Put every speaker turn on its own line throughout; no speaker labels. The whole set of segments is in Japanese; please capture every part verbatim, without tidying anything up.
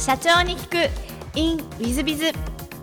社長に聞く in ウィズビズ。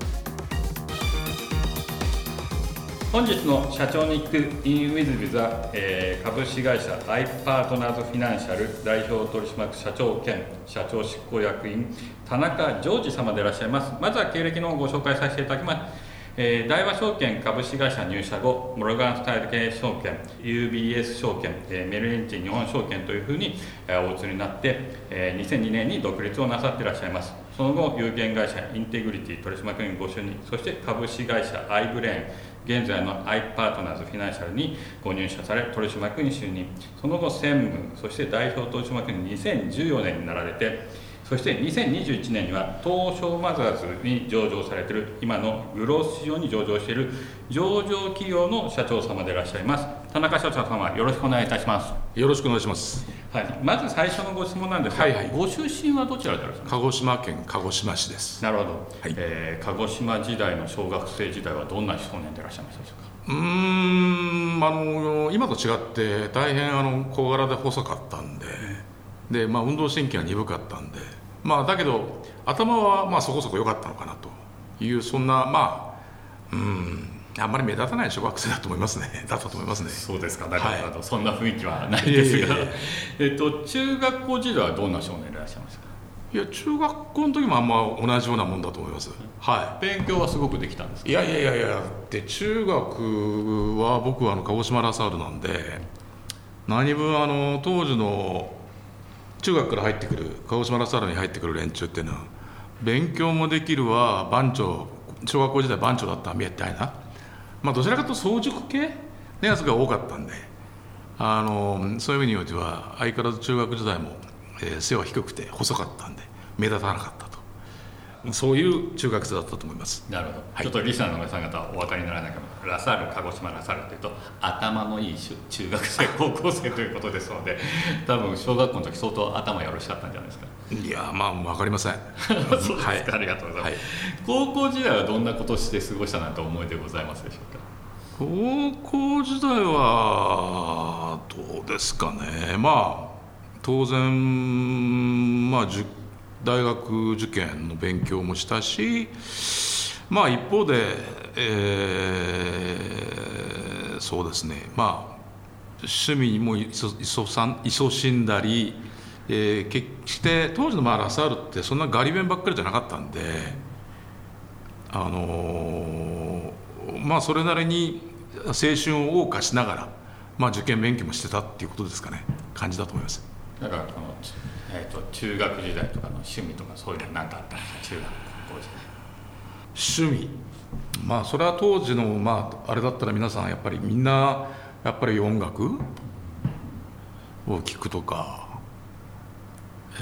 本日の社長に聞く in ウィズビズは、えー、株式会社アイパートナーズフィナンシャル代表取締役社長兼社長執行役員田中ジョージ様でいらっしゃいます。まずは経歴のご紹介させていただきます。えー、大和証券株式会社入社後、モルガンスタイル系証券、ユービーエス 証券、えー、メルリンチ日本証券というふうに、えー、お移りになって、えー、にせんにねんに独立をなさっていらっしゃいます。その後、有限会社インテグリティ取締役員ご就任、そして株式会社アイブレーン、現在のアイパートナーズフィナンシャルにご入社され、取締役に就任、その後専務、そして代表取締役ににせんじゅうよねんになられて、そしてにせんにじゅういちねんには東証マザーズに上場されている今のグロース市場に上場している上場企業の社長様でいらっしゃいます。田中社長様、よろしくお願いいたします。
よろしくお願いします。
はい、まず最初のご質問なんですが、はいはい、ご出身はどちらでいらっしゃいますか？
鹿児島県鹿児島市です。
なるほど、
はい。
えー、鹿児島時代の小学生時代はどんな少年でいらっしゃいましたでしょうか？
うーんあの今と違って大変あの小柄で細かったんで、で、まあ、運動神経が鈍かったんで、まあ、だけど頭はまあそこそこ良かったのかなという、そんなまあうんあんまり目立たない小学生だと思いますね。だったと思いますね。
そうですか。だから、はい、そんな雰囲気はないですが、えっと中学校時代はどんな少年でいらっしゃいますか？
いや、中学校の時もあんま同じようなもんだと思います。はい。
勉強はすごくできたんですか？
いやいやいやいや、で中学は僕はあの鹿児島ラサールなんで、何分あの当時の中学から入ってくる鹿児島ラサールに入ってくる連中っていうのは勉強もできるわ、番長、小学校時代番長だったみたいな、まあ、どちらかというと早熟系のやつが多かったんで、あのそういう意味においては相変わらず中学時代も、えー、背は低くて細かったんで目立たなかったと、そういう中学生だったと思います。
なるほど、
はい、
ちょっとリスナーの皆さん方お分かりにならないかも。ラサール、鹿児島ラサールというと頭のいい中学生高校生ということですので、多分小学校の時相当頭よろしかったんじゃないですか？
いや、まあ分かりません。
そうですか、はい、ありがとうございます、はい、高校時代はどんなことをして過ごしたなんて思いでございますでしょうか？
高校時代はどうですかね。まあ当然、まあ、大学受験の勉強もしたし、まあ一方で、えー、そうですね、まあ趣味にもいそ勤しんだり、えー、決して当時のまあラサールってそんなガリ勉ばっかりじゃなかったんで、あのー、まあそれなりに青春を謳歌しながら、まあ、受験勉強もしてたっていうことですかね、感じだと思います。
だからこの、えー、と中学時代とかの趣味とかそういうの何かあったんですか？中学高校時代
趣味、まあそれは当時の、まあ、あれだったら皆さんやっぱりみんなやっぱり音楽を聴くとか、え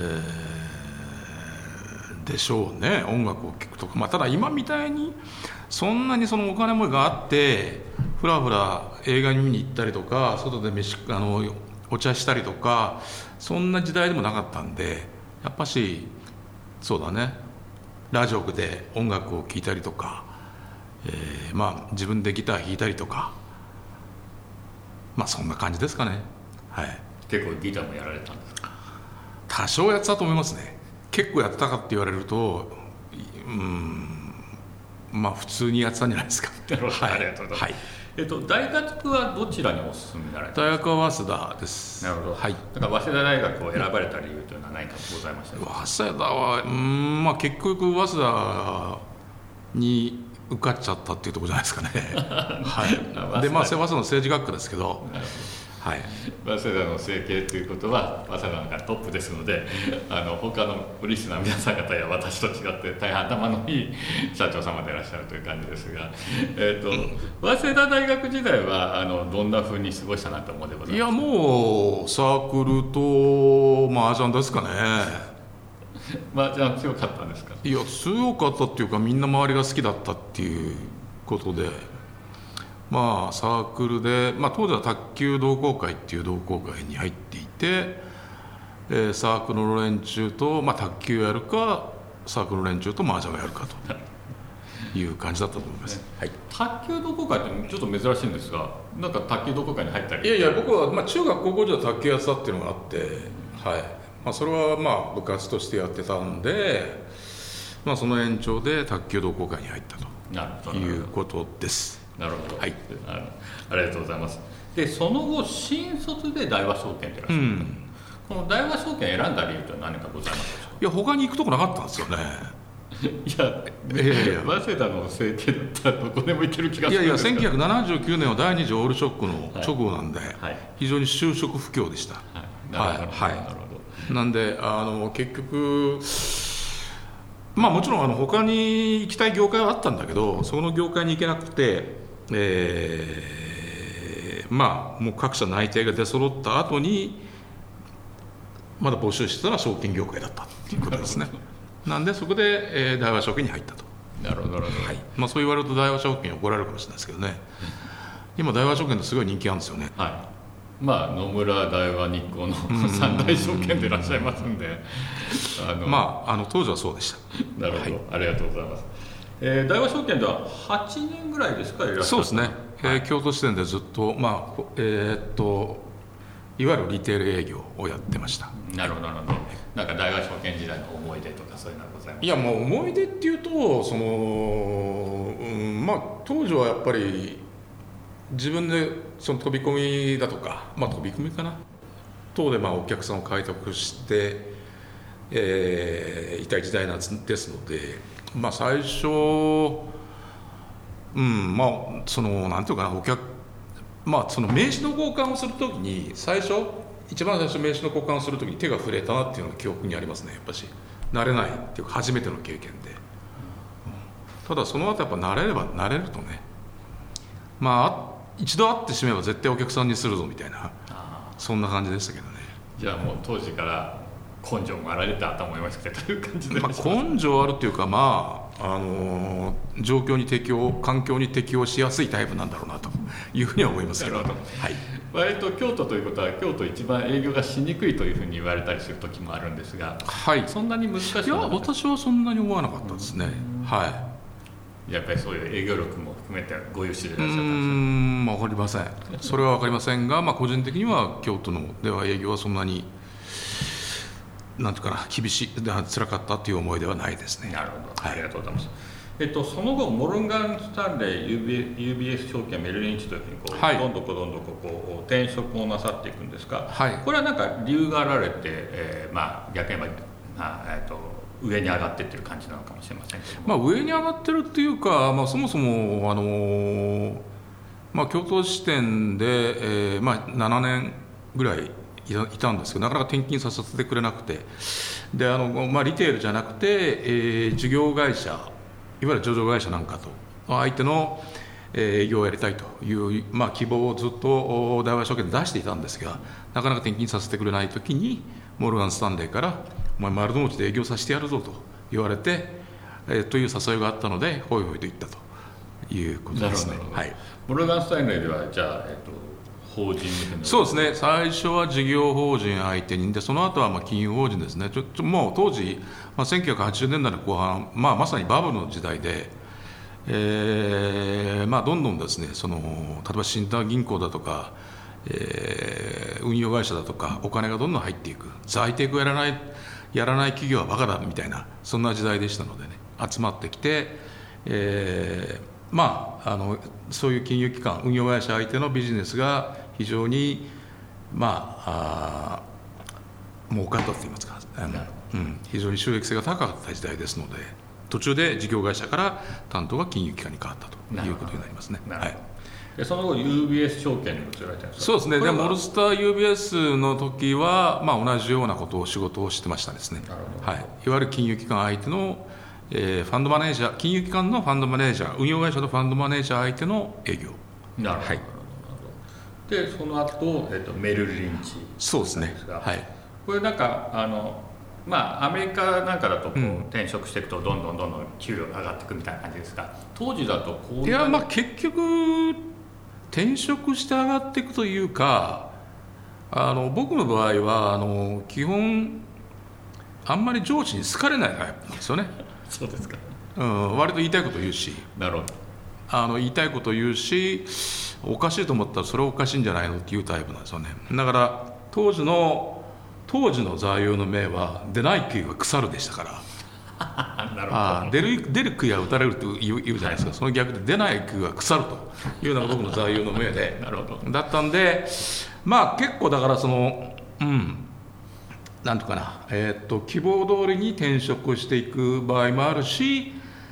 ー、でしょうね。音楽を聴くとか、まあ、ただ今みたいにそんなにそのお金もがあってふらふら映画に見に行ったりとか外で飯あのお茶したりとか、そんな時代でもなかったんで、やっぱしそうだね、ラジオで音楽を聴いたりとか、えー、まあ自分でギター弾いたりとか、まあそんな感じですかね。はい。
結構ギターもやられたんですか？
多少やってたと思いますね。結構やってたかって言われると、うーん、まあ普通にやってたんじゃないですか。
はい、ありがとうございます。はい、えっと、大学はどちらにお進みになられたんですか？
大学は早稲田です。
なるほど、はい、だから早稲田大学を選ばれた理由というのは何かございましたか？
早稲田はうーん、まあ、結局早稲田に受かっちゃったっていうところじゃないですかね。はい、でまあ早稲田の政治学科ですけど、はい、
早稲田の政経ということは早稲田がトップですので、あの他のリスナーの皆さん方や私と違って大変頭のいい社長様でいらっしゃるという感じですが、えーと、早稲田大学時代はあのどんなふうに過ごしたなと思うでございますか？
いや、もうサークルと麻雀ですかね。
麻雀強かったんですか？
いや、強かったっていうか、みんな周りが好きだったっていうことで、まあサークルで、まあ、当時は卓球同好会っていう同好会に入っていて、えー、サークルの連中と、まあ、卓球やるかサークルの連中と麻雀をやるかという感じだったと思います、はい、
卓球同好会ってちょっと珍しいんですが、なんか卓球同好会に入ったり？
いやいや、僕は、まあ、中学高校時代卓球やってたっていうのがあって、はい、 まあ、それはまあ部活としてやってたんで、まあ、その延長で卓球同好会に入ったということです。
なるほど、
はい、
あのありがとうございます。でその後新卒で大和証券でいらっしゃる、うん、この大和証券選んだ理由とは何かございますか？
いや他に行くとこなかったんですよね。
いや、えー、早稲田の政権だったらどこでも行ける気がするんですけど。いやいや、
せんきゅうひゃくななじゅうきゅうねんは第二次オイルショックの直後なんで、はいはい、非常に就職不況でした。はい、なるほど、はいはい、なんであの結局まあもちろんあの他に行きたい業界はあったんだけど、その業界に行けなくて、えー、まあもう各社内定が出揃った後にまだ募集してたのは証券業界だったということですね。なんでそこで、えー、大和証券に入ったと。
なるほどなるほど、はい、
まあ、そう言われると大和証券に怒られるかもしれないですけどね、今大和証券ってすごい人気あるんですよね。
はい、まあ野村大和日興の三大証券でいらっしゃいますんで、
あのまああの当時はそうでした。
なるほど、はい、ありがとうございます。えー、大和証券でははちねんぐらいですかいらっしゃった。
そうですね、えー、京都支店でずっとまあえー、っといわゆるリテール営業をやってました。
なるほどなるほど。なんか大和証券時代の思い出とかそういうのはございますか？
いやもう思い出っていうとその、うん、まあ当時はやっぱり自分でその飛び込みだとか、まあ飛び込みかな等でまあお客さんを開拓して、えー、いた時代なんですので、まあ最初うんまあそのなんていうかなお客まあその名刺の交換をするときに最初一番最初名刺の交換をするときに手が触れたなっていうのが記憶にありますね。やっぱし慣れないっていうか初めての経験で、うん、ただその後やっぱ慣れれば慣れるとね、まあ一度会ってしまえば絶対お客さんにするぞみたいな、そんな感じでしたけどね。
じゃあもう当時から根性もあられたと思いますけどという感じで、
まあ、根性あるっていうかまああのー、状況に適応環境に適応しやすいタイプなんだろうなというふうには思いますけど。
なるほど、はい、割と京都ということは京都一番営業がしにくいというふうに言われたりする時もあるんですが、はい、そんなに難しい？い
や私はそんなに思わなかったですね、はい、
やっぱりそういう営業力も含めてご優秀でいらっしゃったんですか？うー
ん分かりません、それは分かりませんが、まあ、個人的には京都のでは営業はそんなになんていうかな厳しい辛かったっていう思いではないですね。
なるほど、はい、ありがとうございます。えっと、その後モルガン・スタンレー ユービーエス 証券メルリンチというふうにこう、はい、どんどんどんどんこう転職をなさっていくんですが、はい、これは何か理由があられて、えーまあ、逆に言えば、まあえー、と上に上がっていってる感じなのかもしれませんけども、
まあ、上に上がってるっていうか、まあ、そもそも、あのーまあ、京都支店で、えーまあ、ななねんぐらいいたんですけどなかなか転勤させてくれなくてであの、まあ、リテールじゃなくて、えー、事業会社いわゆる上場会社なんかと相手の営業をやりたいという、まあ、希望をずっと大和証券で出していたんですがなかなか転勤させてくれないときにモルガン・スタンレーからお前丸の内で営業させてやるぞと言われて、えー、という誘いがあったのでホイホイと言ったということですね。はい、
モルガン・スタンレーではじゃあ、えーと法人
そうですね、最初は事業法人相手にでその後はまあ金融法人ですね。ちょちょもう当時、まあ、せんきゅうひゃくはちじゅうねんだいの後半、まあ、まさにバブルの時代で、えーまあ、どんどんですねその例えば信託銀行だとか、えー、運用会社だとかお金がどんどん入っていく在宅をやらないやらない企業はバカだみたいなそんな時代でしたのでね集まってきて、えーまあ、あのそういう金融機関運用会社相手のビジネスが非常にまああ儲かったといいますかあの、うん、非常に収益性が高かった時代ですので途中で事業会社から担当が金融機関に変わったということになりますね。はい、
でその後 ユービーエス 証券に移られたんですか？
そうですね。でモルスター ユービーエス の時は、まあ、同じようなことを仕事をしてましたですね。はい、いわゆる金融機関相手のえー、ファンドマネージャー金融機関のファンドマネージャー運用会社のファンドマネージャー相手の営業。
なるほど、はい、でその後、えー、とメルリンチ
そうですね。はい、
これなんかあのまあアメリカなんかだとこう、うん、転職していくとどんどんどんどん給料が上がっていくみたいな感じですが当時だとこう
いやまあ結局転職して上がっていくというかあの僕の場合はあの基本あんまり上司に好かれないタイプなんですよね。
そうですか、
うん、割と言いたいこと言うし
なるほど
あの言いたいこと言うしおかしいと思ったらそれはおかしいんじゃないのっていうタイプなんですよね。だから当時の当時の座右の銘は出ない杭は腐るでしたから。
なるほど。
あ出る出る杭は打たれると言う、言うじゃないですか、はい、その逆で出ない杭は腐るというのが僕の座右の銘で
なるほど。
だったんで、まあ結構だからそのうんなんとかな、えー、っと希望通りに転職をしていく場合もあるし、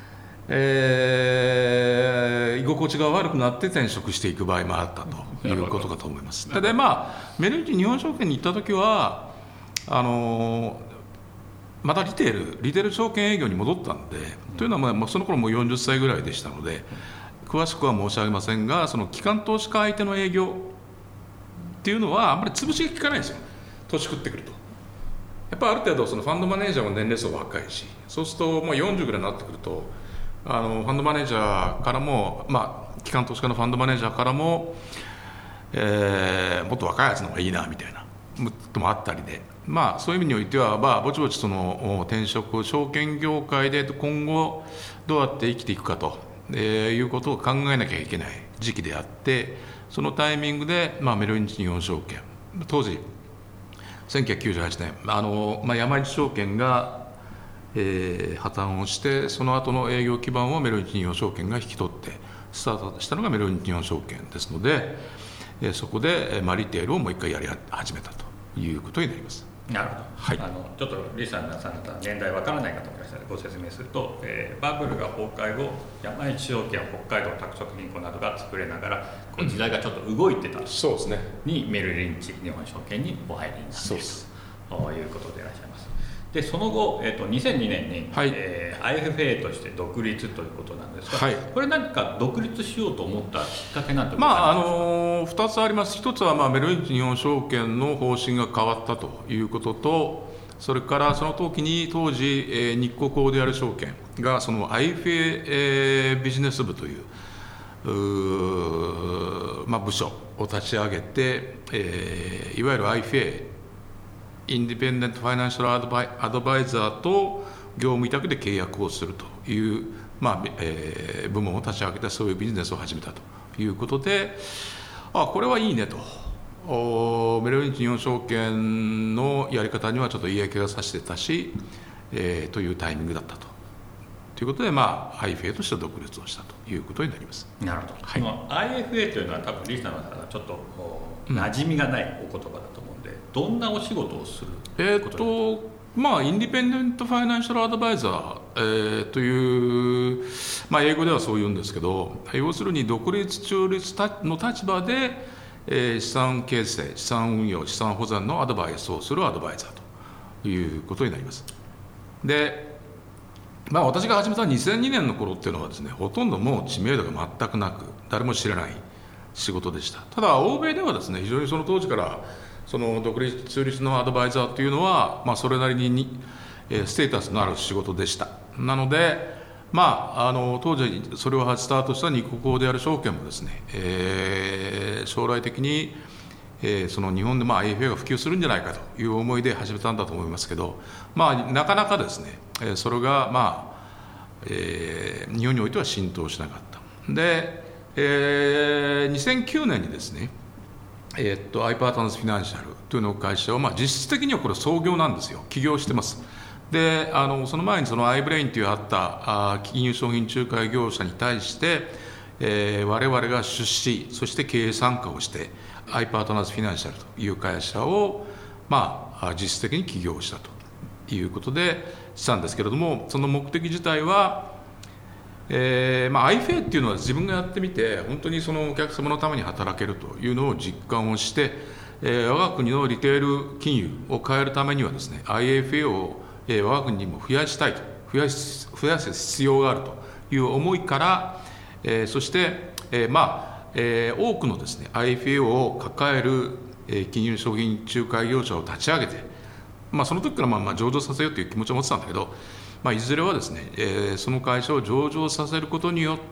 えー、居心地が悪くなって転職していく場合もあったということかと思います。で、まあメルリンチ日本証券に行った時はあのーまたリテール、リテール証券営業に戻ったので、うん、というのはもうその頃もうよんじゅっさいぐらいでしたので、詳しくは申し上げませんが、その機関投資家相手の営業っていうのはあんまり潰しが効かないんですよ、年食ってくると。やっぱある程度そのファンドマネージャーも年齢層が若いし、そうするともうよんじゅうぐらいになってくると、あのファンドマネージャーからも、まあ、機関投資家のファンドマネージャーからも、えー、もっと若いやつの方がいいなみたいなこともあったりで、まあ、そういう意味においては、まあ、ぼちぼちその転職証券業界で今後どうやって生きていくかと、えー、いうことを考えなきゃいけない時期であって、そのタイミングで、まあ、メルリンチ日本証券、当時せんきゅうひゃくきゅうじゅうはちねんあの、まあ、山一証券が、えー、破綻をして、その後の営業基盤をメルリンチ日本証券が引き取ってスタートしたのがメルリンチ日本証券ですので、えー、そこで、まあ、リテールをもう一回やり始めたということになります。
なるほど、
はい、
あのちょっとリスナーさん方年代わからない方もいらっしゃるのでご説明すると、えー、バブルが崩壊後、山一証券、北海道拓殖銀行などが作れながらこう時代がちょっと動いてた、うん、
そうですね、
にメルリンチ日本証券にお入りになっているということでいらっしゃいます。でその後、えー、とにせんにねんに、はい、えー、アイエフエー として独立ということなんですが、はい、これ何か独立しようと思ったきっかけなんて
まああのー、ふたつあります。ひとつは、まあ、メルリンチ日本証券の方針が変わったということと、それからその時に当時、えー、日興コーディアル証券がその アイエフエー、えー、ビジネス部という、うー、まあ、部署を立ち上げて、えー、いわゆる アイエフエーインディペンデントファイナンシャルアドバイ、アドバイザーと業務委託で契約をするという、まあえー、部門を立ち上げて、そういうビジネスを始めたということで、あこれはいいねと、メルリンチ日本証券のやり方にはちょっと嫌気がさしてたし、えー、というタイミングだったと。ということで、まあ、アイエフエー として独立をしたということになります。
なるほど、はい、この アイエフエー というのは多分リスナーの方がちょっと馴染みがないお言葉だと思うので、うん、どんなお仕事をする
えー、っとまあインディペンデントファイナンシャルアドバイザー、えー、という、まあ、英語ではそう言うんですけど、要するに独立中立の立場で、えー、資産形成、資産運用、資産保全のアドバイスをするアドバイザーということになります。でまあ、私が始めたにせんにねんの頃っていうのはですね、ほとんどもう知名度が全くなく、誰も知らない仕事でした。ただ欧米ではですね、非常にその当時からその独立中立のアドバイザーというのは、まあ、それなりにステータスのある仕事でした。なので、まあ、あの当時それをスタートした日興コーディアル証券もですね、えー、将来的に、えー、その日本でまあ アイエフエー が普及するんじゃないかという思いで始めたんだと思いますけど、まあ、なかなかですね、それが、まあえー、日本においては浸透しなかった。で、えー、にせんきゅうねんにですね、えー、っと アイパートナーズフィナンシャルというの会社を、まあ、実質的にはこれ創業なんですよ。起業してます。であのその前にそのアイブレインというあったあ金融商品仲介業者に対して、えー、我々が出資、そして経営参加をしてアイパートナーズフィナンシャルという会社を、まあ、実質的に起業したということでしたんですけれども、その目的自体は、えーまあ、アイエフエー っていうのは自分がやってみて本当にそのお客様のために働けるというのを実感をして、えー、我が国のリテール金融を変えるためにはですね アイエフエー を、えー、我が国にも増やしたいと増やし増やす必要があるという思いから、えー、そして、えー、まあえー、多くのですね アイエフエー を抱える、えー、金融商品仲介業者を立ち上げて、まあ、その時からまあまあ上場させようという気持ちを持ってたんだけど、まあ、いずれはですね、えー、その会社を上場させることによって、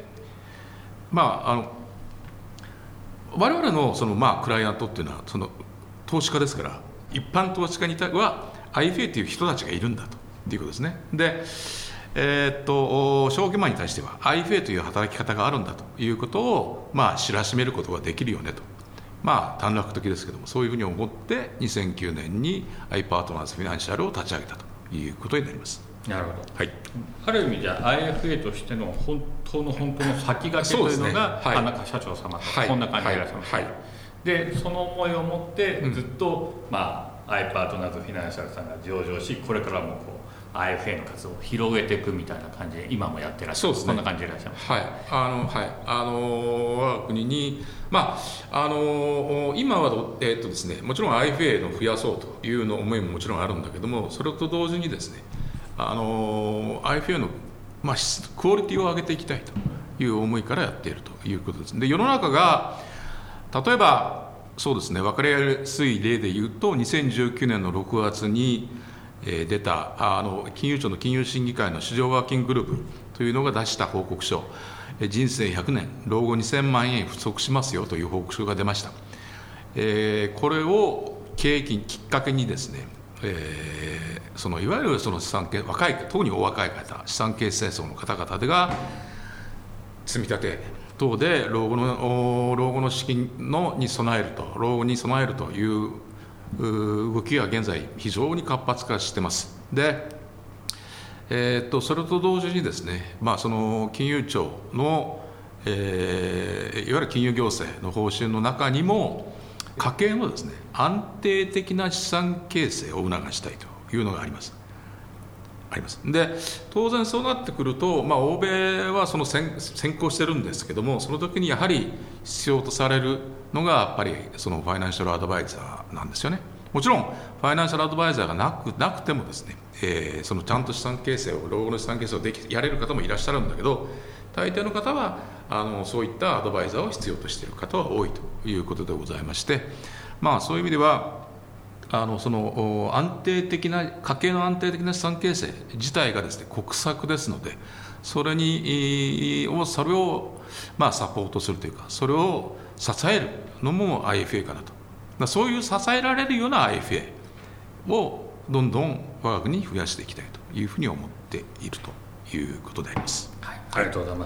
まあ、あの我々のそのまあクライアントっていうのはその投資家ですから、一般投資家には アイエフエー という人たちがいるんだということですね。でえー、っと証券マンに対しては アイエフエー という働き方があるんだということを、まあ、知らしめることができるよねとまあ短絡的ですけども、そういうふうに思ってにせんきゅうねんに iPartners フィナンシャルを立ち上げたということになります。
なるほど、
はい、
ある意味じゃあ アイエフエー としての本当の本当の先駆けというのが田中社長様と、はい、こんな感じでいらっしゃいます、はいはい、でその思いを持ってずっと、うん、まあ iPartners フィナンシャルさんが上場し、これからもこう アイエフエー の活動を広げていくみたいな感じで今もやってらっしゃる、ね、こんな感じでいらっしゃいます。
はい、あのはいあの我が国に、まああの今は、えーっとですね、もちろん アイエフエー の増やそうというの思いももちろんあるんだけども、それと同時にですね、あの アイエフエー の、まあ、クオリティを上げていきたいという思いからやっているということです。で、世の中が例えばそうですね、分かりやすい例で言うとにせんじゅうきゅうねんのろくがつに出たあの金融庁の金融審議会の市場ワーキンググループというのが出した報告書、人生ひゃくねん老後にせんまんえん不足しますよという報告書が出ました。えー、これを契機きっかけにですね、えー、そのいわゆるその資産形若い特にお若い方、資産形成層の方々が積み立て等で老後の老後の資金のに備えると老後に備えるという動きが現在非常に活発化しています。で、えー、とそれと同時にですね、まあ、その金融庁の、えー、いわゆる金融行政の方針の中にも家計のですね安定的な資産形成を促したいというのがあります。ありますで当然そうなってくると、まあ、欧米はその 先, 先行してるんですけども、その時にやはり必要とされるのがやっぱりそのファイナンシャルアドバイザーなんですよね。もちろんファイナンシャルアドバイザーがな く, なくてもですね、えー、そのちゃんと資産形成を老後の資産形成をできやれる方もいらっしゃるんだけど、大抵の方はあのそういったアドバイザーを必要としている方は多いということでございまして、まあ、そういう意味ではあのその安定的な家計の安定的な資産形成自体がですね国策ですので、それにそれをまあサポートするというか、それを支えるのも アイエフエー かなと。そういう支えられるような アイエフエー をどんどん我が国に増やしていきたいというふうに思っているということであります。
はい、ありがとうございます。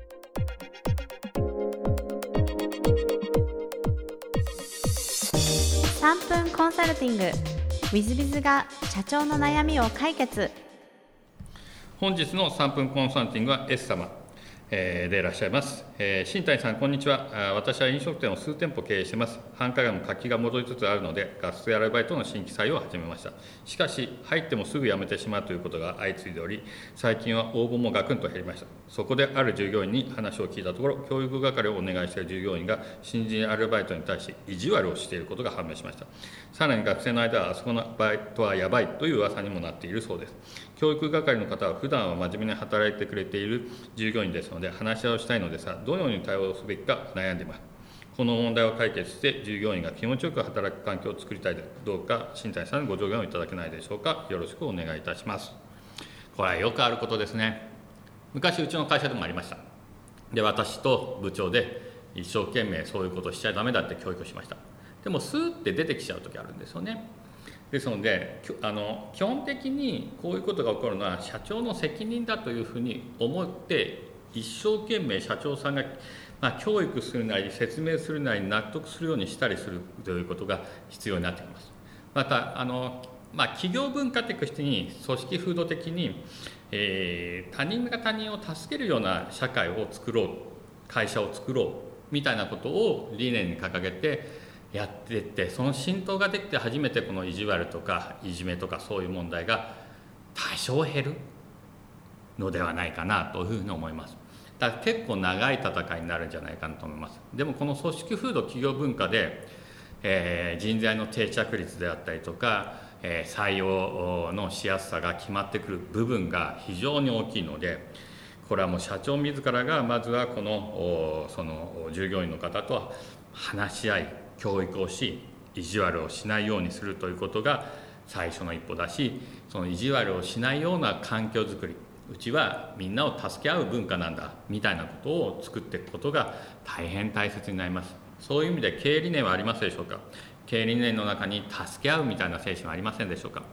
さんぷんコンサルティング ウィズビズ が社長の悩みを解決。
本日のさんぷんコンサルティングは S 様、えー、でいらっしゃいます、えー、新谷さん、こんにちは。私は飲食店を数店舗経営しています。繁華街も活気が戻りつつあるので、学生アルバイトの新規採用を始めました。しかし入ってもすぐ辞めてしまうということが相次いでおり、最近は応募もガクンと減りました。そこである従業員に話を聞いたところ、教育係をお願いしている従業員が新人アルバイトに対し意地悪をしていることが判明しました。さらに学生の間はあそこのバイトはやばいという噂にもなっているそうです。教育係の方は普段は真面目に働いてくれている従業員ですので、話し合いをしたいのですが、どのように対応すべきか悩んでいます。この問題を解決して従業員が気持ちよく働く環境を作りたいで、どうか新谷さんにご助言をいただけないでしょうか。よろしくお願いいたします。これはよくあることですね。昔うちの会社でもありました。で、私と部長で一生懸命そういうことをしちゃダメだって教育をしました。でもスーって出てきちゃう時あるんですよね。ですので、あの基本的にこういうことが起こるのは社長の責任だというふうに思って一生懸命社長さんが、まあ、教育するなり説明するなり納得するようにしたりするということが必要になってきます。またあの、まあ、企業文化的に組織風土的に、えー、他人が他人を助けるような社会を作ろう、会社を作ろうみたいなことを理念に掲げてやっていって、その浸透ができて初めてこの意地悪とかいじめとかそういう問題が多少減るのではないかなというふうに思います。だから結構長い戦いになるんじゃないかなと思います。でもこの組織風土企業文化で、えー、人材の定着率であったりとか、えー、採用のしやすさが決まってくる部分が非常に大きいので、これはもう社長自らがまずはこのその従業員の方と話し合い教育をし、意地悪をしないようにするということが最初の一歩だし、その意地悪をしないような環境づくり、うちはみんなを助け合う文化なんだみたいなことを作っていくことが大変大切になります。そういう意味で経営理念はありますでしょうか。経営理念の中に助け合うみたいな精神はありませんでしょうか。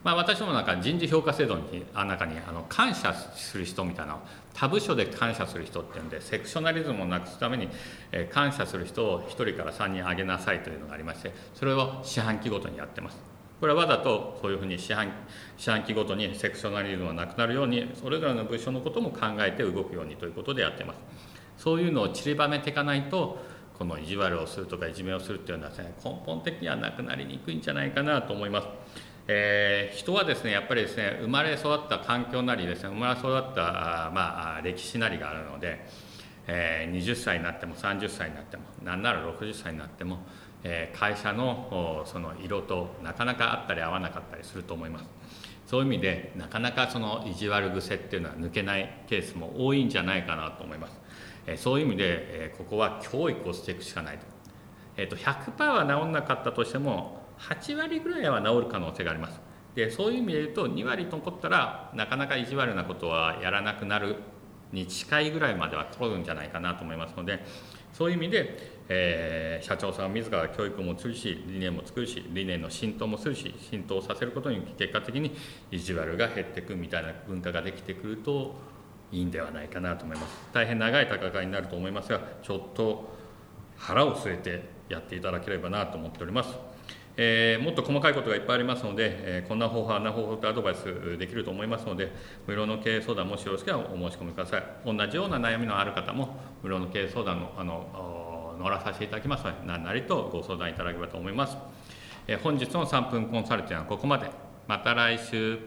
まあ、私どもなんか人事評価制度にあの中にあの感謝する人みたいな、他部署で感謝する人っていうんで、セクショナリズムをなくすために、えー、感謝する人をひとりからさんにん挙げなさいというのがありまして、それを四半期ごとにやってます。これはわざとそういうふうに四半、四半期ごとにセクショナリズムがなくなるように、それぞれの部署のことも考えて動くようにということでやってます。そういうのを散りばめていかないと、この意地悪をするとかいじめをするっていうのはですね、根本的にはなくなりにくいんじゃないかなと思います。えー、人はですね、やっぱりですね、生まれ育った環境なりですね、生まれ育った、まあ、歴史なりがあるので、えー、はたちになってもさんじゅっさいになっても、なんならろくじゅっさいになっても、えー、会社のその色となかなか合ったり合わなかったりすると思います。そういう意味でなかなかその意地悪癖っていうのは抜けないケースも多いんじゃないかなと思います。えー、そういう意味で、えー、ここは教育をしていくしかないと。えーと、ひゃくパーセント は治んなかったとしてもはちわりぐらいは治る可能性があります。でそういう意味で言うとにわり残ったらなかなか意地悪なことはやらなくなるに近いぐらいまでは来るんじゃないかなと思いますので、そういう意味で、えー、社長さんは自ら教育もするし、理念も作るし、理念の浸透もするし、浸透させることに結果的に意地悪が減っていくみたいな文化ができてくるといいんではないかなと思います。大変長い戦いになると思いますが、ちょっと腹を据えてやっていただければなと思っております。えー、もっと細かいことがいっぱいありますので、えー、こんな方法あんな方法とアドバイスできると思いますので、無料の経営相談もしよろしければお申し込みください。同じような悩みのある方も無料の経営相談のあの乗らさせていただきますので、何なりとご相談いただければと思います。えー、本日のさんぷんコンサルティングはここまで。また来週。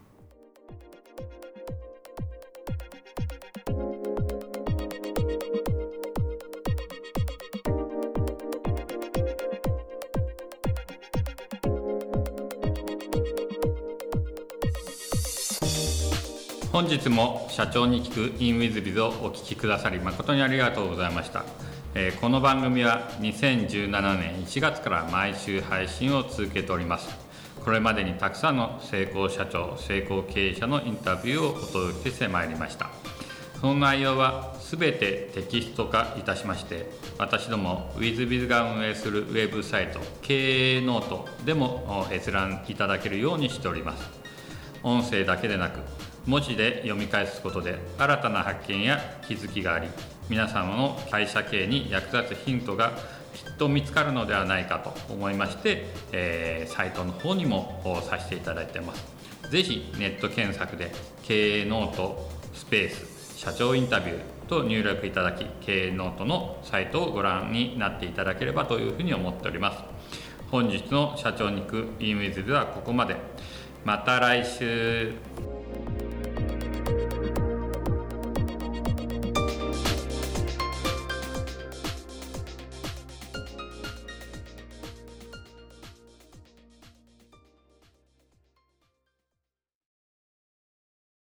本日も社長に聞く InWithBiz をお聞きくださり誠にありがとうございました。えー、この番組はにせんじゅうななねんいちがつから毎週配信を続けております。これまでにたくさんの成功社長、成功経営者のインタビューをお届けしてまいりました。その内容はすべてテキスト化いたしまして、私ども WithBiz が運営するウェブサイト経営ノートでも閲覧いただけるようにしております。音声だけでなく文字で読み返すことで新たな発見や気づきがあり、皆様の会社経営に役立つヒントがきっと見つかるのではないかと思いまして、えー、サイトの方にもさせていただいています。ぜひネット検索で経営ノートスペース社長インタビューと入力いただき、経営ノートのサイトをご覧になっていただければというふうに思っております。本日の社長に行く InWithBiz はここまで。また来週。